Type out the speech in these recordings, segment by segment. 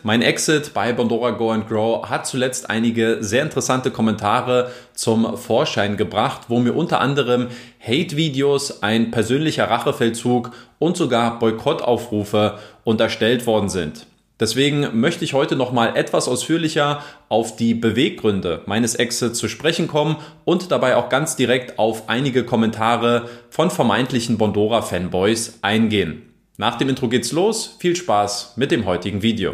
Mein Exit bei Bondora Go and Grow hat zuletzt einige sehr interessante Kommentare zum Vorschein gebracht, wo mir unter anderem Hate-Videos, ein persönlicher Rachefeldzug und sogar Boykottaufrufe unterstellt worden sind. Deswegen möchte ich heute nochmal etwas ausführlicher auf die Beweggründe meines Exits zu sprechen kommen und dabei auch ganz direkt auf einige Kommentare von vermeintlichen Bondora-Fanboys eingehen. Nach dem Intro geht's los. Viel Spaß mit dem heutigen Video.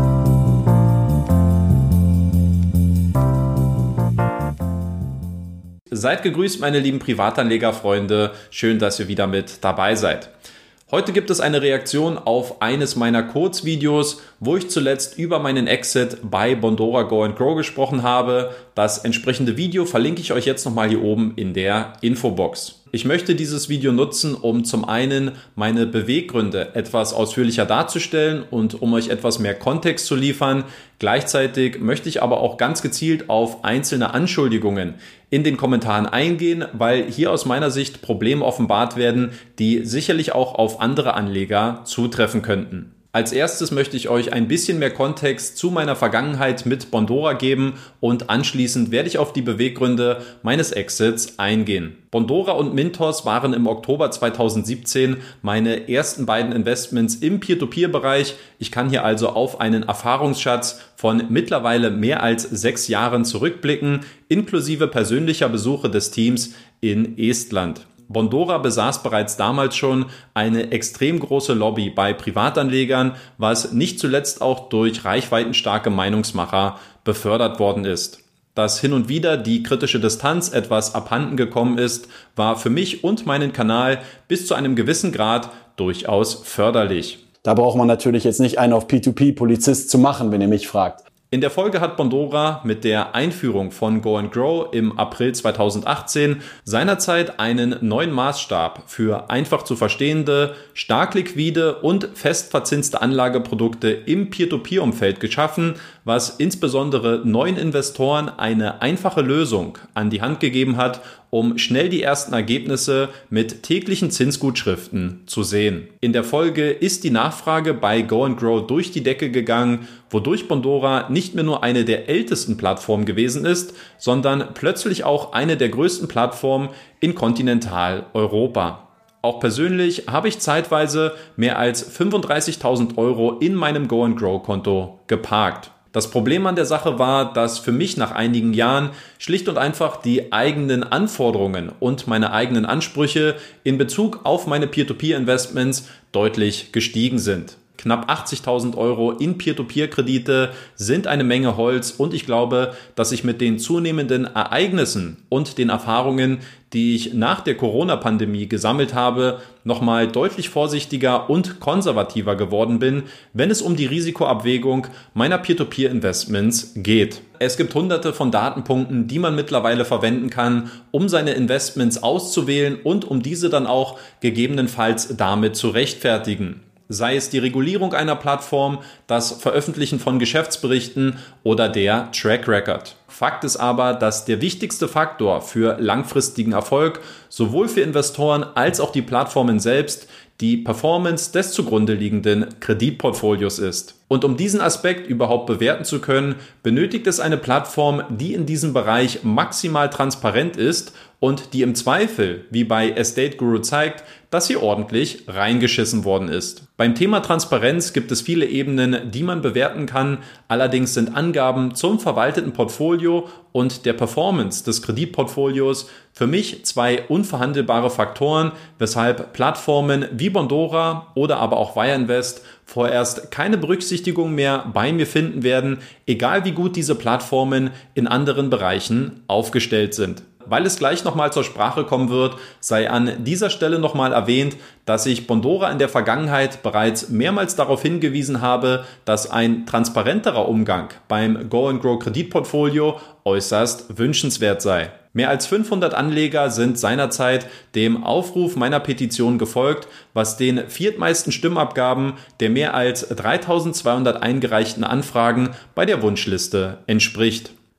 Seid gegrüßt, meine lieben Privatanlegerfreunde. Schön, dass ihr wieder mit dabei seid. Heute gibt es eine Reaktion auf eines meiner Kurzvideos, wo ich zuletzt über meinen Exit bei Bondora Go and Grow gesprochen habe. Das entsprechende Video verlinke ich euch jetzt nochmal hier oben in der Infobox. Ich möchte dieses Video nutzen, um zum einen meine Beweggründe etwas ausführlicher darzustellen und um euch etwas mehr Kontext zu liefern. Gleichzeitig möchte ich aber auch ganz gezielt auf einzelne Anschuldigungen in den Kommentaren eingehen, weil hier aus meiner Sicht Probleme offenbart werden, die sicherlich auch auf andere Anleger zutreffen könnten. Als erstes möchte ich euch ein bisschen mehr Kontext zu meiner Vergangenheit mit Bondora geben und anschließend werde ich auf die Beweggründe meines Exits eingehen. Bondora und Mintos waren im Oktober 2017 meine ersten beiden Investments im Peer-to-Peer-Bereich. Ich kann hier also auf einen Erfahrungsschatz von mittlerweile mehr als 6 Jahren zurückblicken, inklusive persönlicher Besuche des Teams in Estland. Bondora besaß bereits damals schon eine extrem große Lobby bei Privatanlegern, was nicht zuletzt auch durch reichweitenstarke Meinungsmacher befördert worden ist. Dass hin und wieder die kritische Distanz etwas abhanden gekommen ist, war für mich und meinen Kanal bis zu einem gewissen Grad durchaus förderlich. Da braucht man natürlich jetzt nicht einen auf P2P-Polizist zu machen, wenn ihr mich fragt. In der Folge hat Bondora mit der Einführung von Go and Grow im April 2018 seinerzeit einen neuen Maßstab für einfach zu verstehende, stark liquide und fest verzinste Anlageprodukte im Peer-to-Peer-Umfeld geschaffen, was insbesondere neuen Investoren eine einfache Lösung an die Hand gegeben hat, um schnell die ersten Ergebnisse mit täglichen Zinsgutschriften zu sehen. In der Folge ist die Nachfrage bei Go and Grow durch die Decke gegangen, wodurch Bondora nicht mehr nur eine der ältesten Plattformen gewesen ist, sondern plötzlich auch eine der größten Plattformen in Kontinentaleuropa. Auch persönlich habe ich zeitweise mehr als 35.000 € in meinem Go and Grow Konto geparkt. Das Problem an der Sache war, dass für mich nach einigen Jahren schlicht und einfach die eigenen Anforderungen und meine eigenen Ansprüche in Bezug auf meine Peer-to-Peer-Investments deutlich gestiegen sind. Knapp 80.000 € in Peer-to-Peer-Kredite sind eine Menge Holz und ich glaube, dass ich mit den zunehmenden Ereignissen und den Erfahrungen, die ich nach der Corona-Pandemie gesammelt habe, nochmal deutlich vorsichtiger und konservativer geworden bin, wenn es um die Risikoabwägung meiner Peer-to-Peer-Investments geht. Es gibt hunderte von Datenpunkten, die man mittlerweile verwenden kann, um seine Investments auszuwählen und um diese dann auch gegebenenfalls damit zu rechtfertigen. Sei es die Regulierung einer Plattform, das Veröffentlichen von Geschäftsberichten oder der Track Record. Fakt ist aber, dass der wichtigste Faktor für langfristigen Erfolg sowohl für Investoren als auch die Plattformen selbst die Performance des zugrunde liegenden Kreditportfolios ist. Und um diesen Aspekt überhaupt bewerten zu können, benötigt es eine Plattform, die in diesem Bereich maximal transparent ist und die im Zweifel, wie bei Estate Guru zeigt, dass hier ordentlich reingeschissen worden ist. Beim Thema Transparenz gibt es viele Ebenen, die man bewerten kann. Allerdings sind Angaben zum verwalteten Portfolio und der Performance des Kreditportfolios für mich 2 unverhandelbare Faktoren, weshalb Plattformen wie Bondora oder aber auch Wireinvest vorerst keine Berücksichtigung mehr bei mir finden werden, egal wie gut diese Plattformen in anderen Bereichen aufgestellt sind. Weil es gleich nochmal zur Sprache kommen wird, sei an dieser Stelle nochmal erwähnt, dass ich Bondora in der Vergangenheit bereits mehrmals darauf hingewiesen habe, dass ein transparenterer Umgang beim Go and Grow Kreditportfolio äußerst wünschenswert sei. Mehr als 500 Anleger sind seinerzeit dem Aufruf meiner Petition gefolgt, was den viertmeisten Stimmabgaben der mehr als 3.200 eingereichten Anfragen bei der Wunschliste entspricht.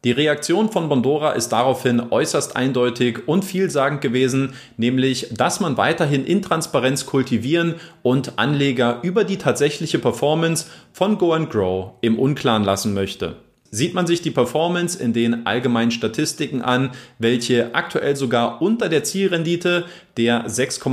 Die Reaktion von Bondora ist daraufhin äußerst eindeutig und vielsagend gewesen, nämlich, dass man weiterhin Intransparenz kultivieren und Anleger über die tatsächliche Performance von Go and Grow im Unklaren lassen möchte. Sieht man sich die Performance in den allgemeinen Statistiken an, welche aktuell sogar unter der Zielrendite der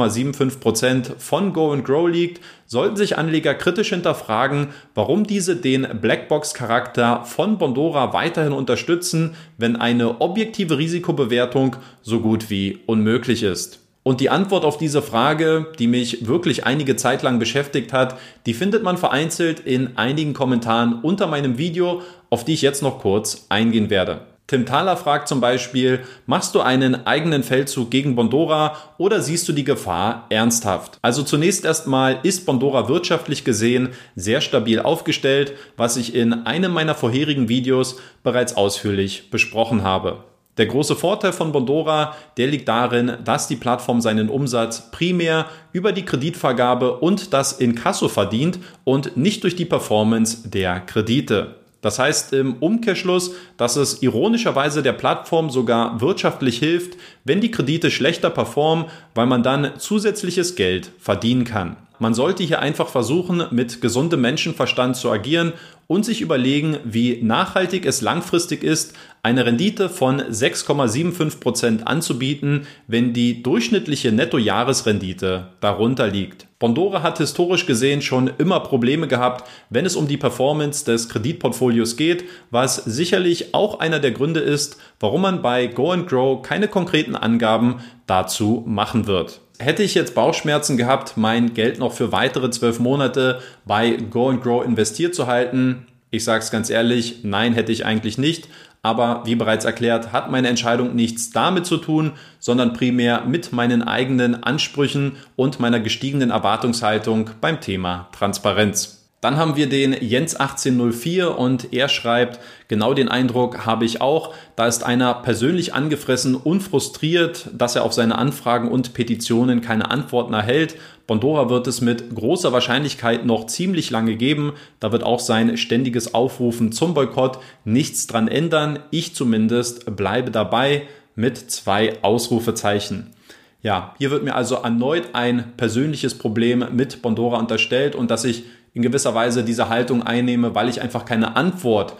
6,75% von Go and Grow liegt, sollten sich Anleger kritisch hinterfragen, warum diese den Blackbox-Charakter von Bondora weiterhin unterstützen, wenn eine objektive Risikobewertung so gut wie unmöglich ist. Und die Antwort auf diese Frage, die mich wirklich einige Zeit lang beschäftigt hat, die findet man vereinzelt in einigen Kommentaren unter meinem Video, auf die ich jetzt noch kurz eingehen werde. Tim Thaler fragt zum Beispiel, machst du einen eigenen Feldzug gegen Bondora oder siehst du die Gefahr ernsthaft? Also zunächst erstmal ist Bondora wirtschaftlich gesehen sehr stabil aufgestellt, was ich in einem meiner vorherigen Videos bereits ausführlich besprochen habe. Der große Vorteil von Bondora, der liegt darin, dass die Plattform seinen Umsatz primär über die Kreditvergabe und das Inkasso verdient und nicht durch die Performance der Kredite. Das heißt im Umkehrschluss, dass es ironischerweise der Plattform sogar wirtschaftlich hilft, wenn die Kredite schlechter performen, weil man dann zusätzliches Geld verdienen kann. Man sollte hier einfach versuchen, mit gesundem Menschenverstand zu agieren und sich überlegen, wie nachhaltig es langfristig ist, eine Rendite von 6,75% anzubieten, wenn die durchschnittliche Nettojahresrendite darunter liegt. Bondora hat historisch gesehen schon immer Probleme gehabt, wenn es um die Performance des Kreditportfolios geht, was sicherlich auch einer der Gründe ist, warum man bei Go and Grow keine konkreten Angaben dazu machen wird. Hätte ich jetzt Bauchschmerzen gehabt, mein Geld noch für weitere 12 Monate bei Go and Grow investiert zu halten? Ich sage es ganz ehrlich, nein, hätte ich eigentlich nicht. Aber wie bereits erklärt, hat meine Entscheidung nichts damit zu tun, sondern primär mit meinen eigenen Ansprüchen und meiner gestiegenen Erwartungshaltung beim Thema Transparenz. Dann haben wir den Jens1804 und er schreibt, genau den Eindruck habe ich auch, da ist einer persönlich angefressen und frustriert, dass er auf seine Anfragen und Petitionen keine Antworten erhält. Bondora wird es mit großer Wahrscheinlichkeit noch ziemlich lange geben, da wird auch sein ständiges Aufrufen zum Boykott nichts dran ändern. Ich zumindest bleibe dabei mit 2 Ausrufezeichen. Ja, hier wird mir also erneut ein persönliches Problem mit Bondora unterstellt und dass ich in gewisser Weise diese Haltung einnehme, weil ich einfach keine Antwort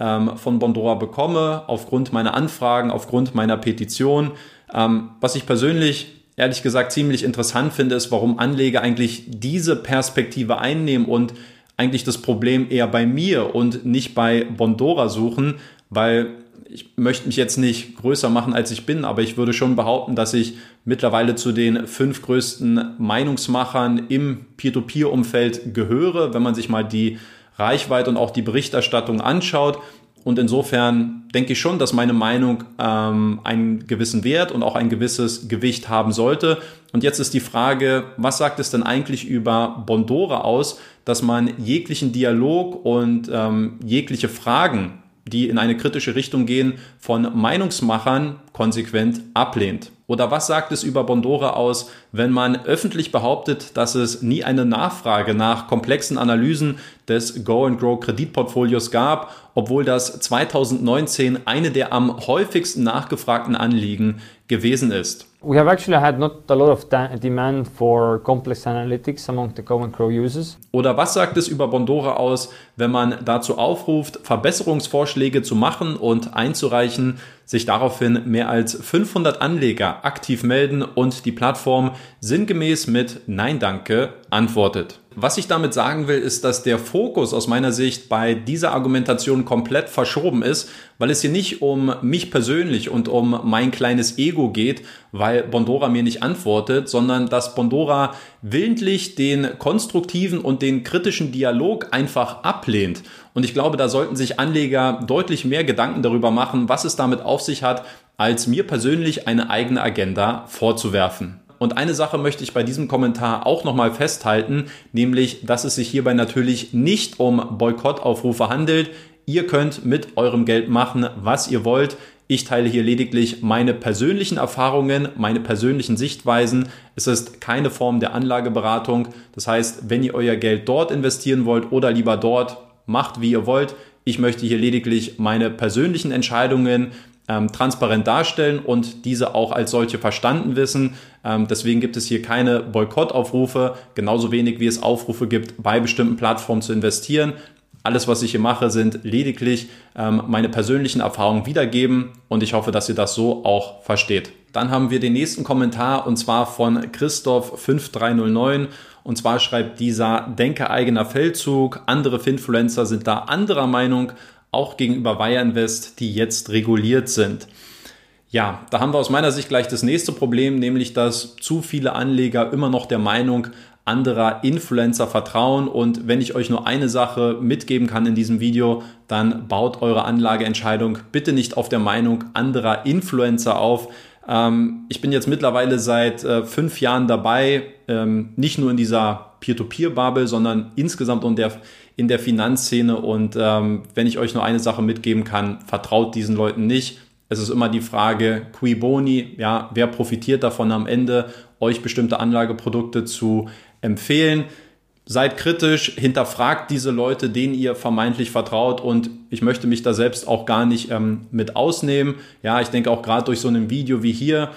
von Bondora bekomme, aufgrund meiner Anfragen, aufgrund meiner Petition. Was ich persönlich, ehrlich gesagt, ziemlich interessant finde, ist, warum Anleger eigentlich diese Perspektive einnehmen und eigentlich das Problem eher bei mir und nicht bei Bondora suchen, weil ich möchte mich jetzt nicht größer machen, als ich bin, aber ich würde schon behaupten, dass ich mittlerweile zu den 5 größten Meinungsmachern im Peer-to-Peer-Umfeld gehöre, wenn man sich mal die Reichweite und auch die Berichterstattung anschaut. Und insofern denke ich schon, dass meine Meinung einen gewissen Wert und auch ein gewisses Gewicht haben sollte. Und jetzt ist die Frage, was sagt es denn eigentlich über Bondora aus, dass man jeglichen Dialog und jegliche Fragen, die in eine kritische Richtung gehen, von Meinungsmachern konsequent ablehnt? Oder was sagt es über Bondora aus, wenn man öffentlich behauptet, dass es nie eine Nachfrage nach komplexen Analysen des Go-and-Grow-Kreditportfolios gab, obwohl das 2019 eine der am häufigsten nachgefragten Anliegen gewesen ist? We have actually had not a lot of demand for complex analytics among the Go and Grow users. Oder was sagt es über Bondora aus, wenn man dazu aufruft, Verbesserungsvorschläge zu machen und einzureichen, sich daraufhin mehr als 500 Anleger aktiv melden und die Plattform sinngemäß mit Nein danke antwortet? Was ich damit sagen will, ist, dass der Fokus aus meiner Sicht bei dieser Argumentation komplett verschoben ist, weil es hier nicht um mich persönlich und um mein kleines Ego geht, weil Bondora mir nicht antwortet, sondern dass Bondora willentlich den konstruktiven und den kritischen Dialog einfach ablehnt. Und ich glaube, da sollten sich Anleger deutlich mehr Gedanken darüber machen, was es damit auf sich hat, als mir persönlich eine eigene Agenda vorzuwerfen. Und eine Sache möchte ich bei diesem Kommentar auch nochmal festhalten, nämlich, dass es sich hierbei natürlich nicht um Boykottaufrufe handelt. Ihr könnt mit eurem Geld machen, was ihr wollt. Ich teile hier lediglich meine persönlichen Erfahrungen, meine persönlichen Sichtweisen. Es ist keine Form der Anlageberatung. Das heißt, wenn ihr euer Geld dort investieren wollt oder lieber dort, macht, wie ihr wollt. Ich möchte hier lediglich meine persönlichen Entscheidungen transparent darstellen und diese auch als solche verstanden wissen. Deswegen gibt es hier keine Boykottaufrufe, genauso wenig wie es Aufrufe gibt, bei bestimmten Plattformen zu investieren. Alles, was ich hier mache, sind lediglich meine persönlichen Erfahrungen wiedergeben und ich hoffe, dass ihr das so auch versteht. Dann haben wir den nächsten Kommentar und zwar von Christoph5309 und zwar schreibt dieser: Denke eigener Feldzug, andere Finfluencer sind da anderer Meinung, auch gegenüber Wire Invest, die jetzt reguliert sind. Ja, da haben wir aus meiner Sicht gleich das nächste Problem, nämlich dass zu viele Anleger immer noch der Meinung anderer Influencer vertrauen. Und wenn ich euch nur eine Sache mitgeben kann in diesem Video, dann baut eure Anlageentscheidung bitte nicht auf der Meinung anderer Influencer auf. Ich bin jetzt mittlerweile seit 5 Jahren dabei, nicht nur in dieser Peer-to-Peer-Bubble, sondern insgesamt in der Finanzszene. Und wenn ich euch nur eine Sache mitgeben kann, vertraut diesen Leuten nicht. Es ist immer die Frage, cui boni, ja, wer profitiert davon am Ende, euch bestimmte Anlageprodukte zu empfehlen. Seid kritisch, hinterfragt diese Leute, denen ihr vermeintlich vertraut, und ich möchte mich da selbst auch gar nicht mit ausnehmen. Ja, ich denke auch gerade durch so ein Video wie hier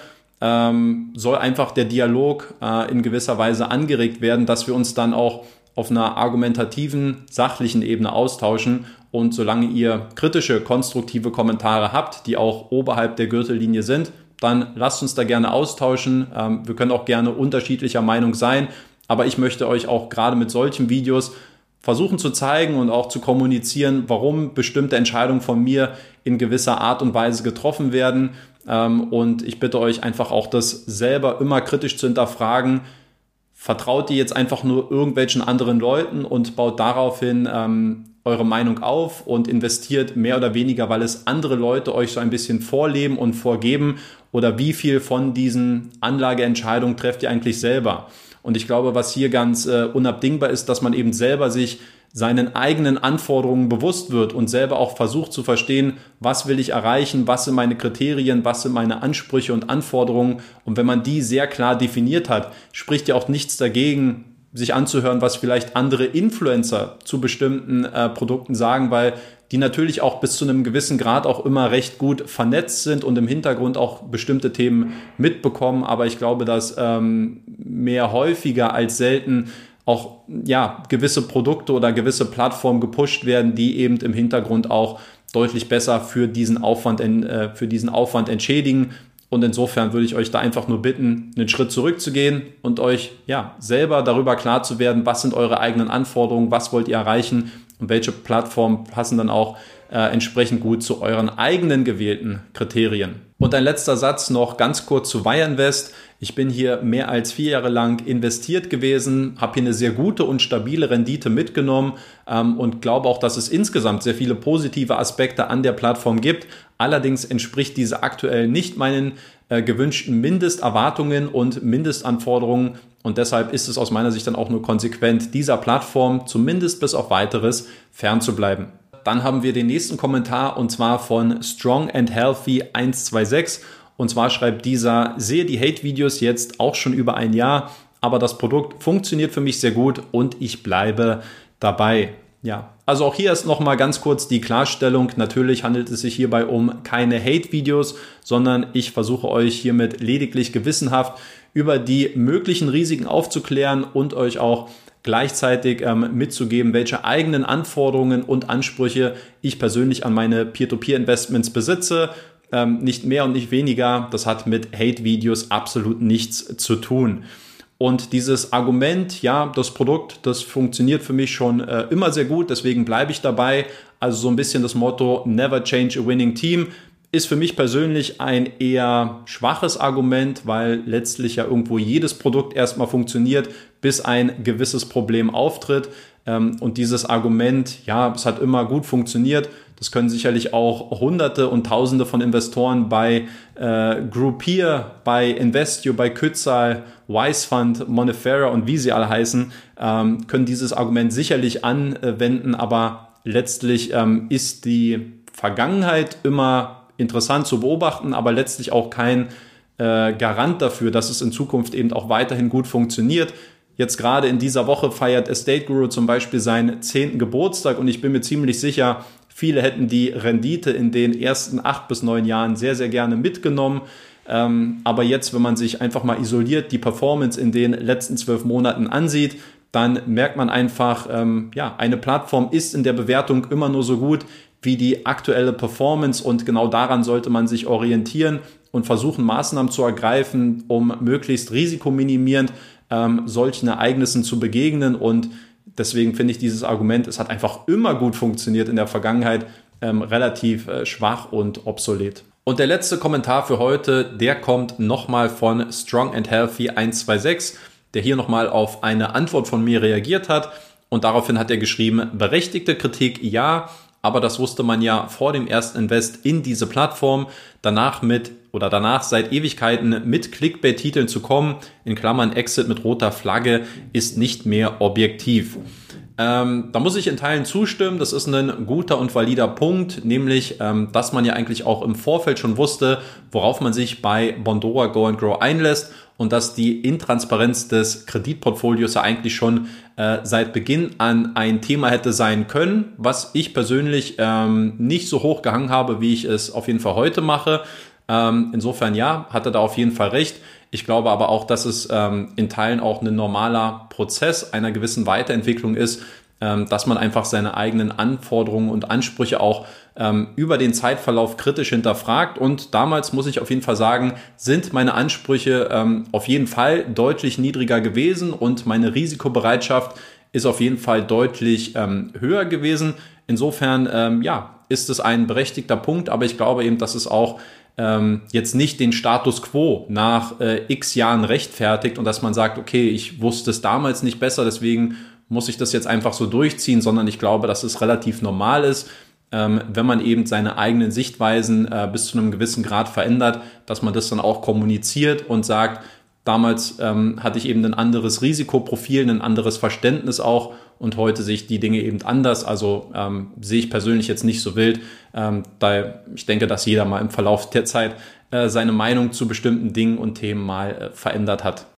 soll einfach der Dialog in gewisser Weise angeregt werden, dass wir uns dann auch auf einer argumentativen, sachlichen Ebene austauschen. Und solange ihr kritische, konstruktive Kommentare habt, die auch oberhalb der Gürtellinie sind, dann lasst uns da gerne austauschen. Wir können auch gerne unterschiedlicher Meinung sein. Aber ich möchte euch auch gerade mit solchen Videos versuchen zu zeigen und auch zu kommunizieren, warum bestimmte Entscheidungen von mir in gewisser Art und Weise getroffen werden. Und ich bitte euch einfach auch, das selber immer kritisch zu hinterfragen. Vertraut ihr jetzt einfach nur irgendwelchen anderen Leuten und baut daraufhin eure Meinung auf und investiert mehr oder weniger, weil es andere Leute euch so ein bisschen vorleben und vorgeben? Oder wie viel von diesen Anlageentscheidungen trefft ihr eigentlich selber? Und ich glaube, was hier ganz unabdingbar ist, dass man eben selber sich seinen eigenen Anforderungen bewusst wird und selber auch versucht zu verstehen, was will ich erreichen, was sind meine Kriterien, was sind meine Ansprüche und Anforderungen. Und wenn man die sehr klar definiert hat, spricht ja auch nichts dagegen, sich anzuhören, was vielleicht andere Influencer zu bestimmten Produkten sagen, weil die natürlich auch bis zu einem gewissen Grad auch immer recht gut vernetzt sind und im Hintergrund auch bestimmte Themen mitbekommen. Aber ich glaube, dass mehr häufiger als selten auch gewisse Produkte oder gewisse Plattformen gepusht werden, die eben im Hintergrund auch deutlich besser für diesen Aufwand entschädigen. Und insofern würde ich euch da einfach nur bitten, einen Schritt zurückzugehen und euch selber darüber klar zu werden, was sind eure eigenen Anforderungen, was wollt ihr erreichen und welche Plattformen passen dann auch entsprechend gut zu euren eigenen gewählten Kriterien. Und ein letzter Satz noch ganz kurz zu Wire Invest. Ich bin hier mehr als 4 Jahre lang investiert gewesen, habe hier eine sehr gute und stabile Rendite mitgenommen und glaube auch, dass es insgesamt sehr viele positive Aspekte an der Plattform gibt. Allerdings entspricht diese aktuell nicht meinen gewünschten Mindesterwartungen und Mindestanforderungen, und deshalb ist es aus meiner Sicht dann auch nur konsequent, dieser Plattform zumindest bis auf Weiteres fernzubleiben. Dann haben wir den nächsten Kommentar und zwar von Strong and Healthy 126. Und zwar schreibt dieser: Sehe die Hate-Videos jetzt auch schon über ein Jahr, aber das Produkt funktioniert für mich sehr gut und ich bleibe dabei. Ja, also auch hier ist nochmal ganz kurz die Klarstellung. Natürlich handelt es sich hierbei um keine Hate-Videos, sondern ich versuche euch hiermit lediglich gewissenhaft über die möglichen Risiken aufzuklären und euch auch gleichzeitig mitzugeben, welche eigenen Anforderungen und Ansprüche ich persönlich an meine Peer-to-Peer-Investments besitze. Nicht mehr und nicht weniger. Das hat mit Hate-Videos absolut nichts zu tun. Und dieses Argument, das Produkt, das funktioniert für mich schon immer sehr gut, deswegen bleibe ich dabei. Also so ein bisschen das Motto Never change a winning team ist für mich persönlich ein eher schwaches Argument, weil letztlich ja irgendwo jedes Produkt erstmal funktioniert, bis ein gewisses Problem auftritt. Und dieses Argument, es hat immer gut funktioniert, das können sicherlich auch Hunderte und Tausende von Investoren bei Groupier, bei Investio, bei Kützal, Wisefund, Monefera und wie sie alle heißen, können dieses Argument sicherlich anwenden, aber letztlich ist die Vergangenheit immer interessant zu beobachten, aber letztlich auch kein Garant dafür, dass es in Zukunft eben auch weiterhin gut funktioniert. Jetzt gerade in dieser Woche feiert Estate Guru zum Beispiel seinen 10. Geburtstag und ich bin mir ziemlich sicher, viele hätten die Rendite in den ersten 8 bis 9 Jahren sehr, sehr gerne mitgenommen. Aber jetzt, wenn man sich einfach mal isoliert die Performance in den letzten 12 Monaten ansieht, dann merkt man einfach, eine Plattform ist in der Bewertung immer nur so gut wie die aktuelle Performance und genau daran sollte man sich orientieren und versuchen, Maßnahmen zu ergreifen, um möglichst risikominimierend solchen Ereignissen zu begegnen. Und deswegen finde ich dieses Argument, es hat einfach immer gut funktioniert in der Vergangenheit, relativ schwach und obsolet. Und der letzte Kommentar für heute, der kommt nochmal von Strong and Healthy 126, der hier nochmal auf eine Antwort von mir reagiert hat. Und daraufhin hat er geschrieben, berechtigte Kritik ja, aber das wusste man ja vor dem ersten Invest in diese Plattform. Danach seit Ewigkeiten mit Clickbait-Titeln zu kommen, in Klammern Exit mit roter Flagge, ist nicht mehr objektiv. Da muss ich in Teilen zustimmen, das ist ein guter und valider Punkt, nämlich, dass man ja eigentlich auch im Vorfeld schon wusste, worauf man sich bei Bondora Go and Grow einlässt und dass die Intransparenz des Kreditportfolios ja eigentlich schon seit Beginn an ein Thema hätte sein können, was ich persönlich nicht so hoch gehangen habe, wie ich es auf jeden Fall heute mache. Insofern ja, hat er da auf jeden Fall recht. Ich glaube aber auch, dass es in Teilen auch ein normaler Prozess einer gewissen Weiterentwicklung ist, dass man einfach seine eigenen Anforderungen und Ansprüche auch über den Zeitverlauf kritisch hinterfragt. Und damals, muss ich auf jeden Fall sagen, sind meine Ansprüche auf jeden Fall deutlich niedriger gewesen und meine Risikobereitschaft ist auf jeden Fall deutlich höher gewesen. Insofern, ist es ein berechtigter Punkt, aber ich glaube eben, dass es auch jetzt nicht den Status quo nach x Jahren rechtfertigt und dass man sagt, okay, ich wusste es damals nicht besser, deswegen muss ich das jetzt einfach so durchziehen, sondern ich glaube, dass es relativ normal ist, wenn man eben seine eigenen Sichtweisen bis zu einem gewissen Grad verändert, dass man das dann auch kommuniziert und sagt, damals hatte ich eben ein anderes Risikoprofil, ein anderes Verständnis auch und heute sehe ich die Dinge eben anders. Also sehe ich persönlich jetzt nicht so wild. Ich denke, dass jeder mal im Verlauf der Zeit seine Meinung zu bestimmten Dingen und Themen mal verändert hat.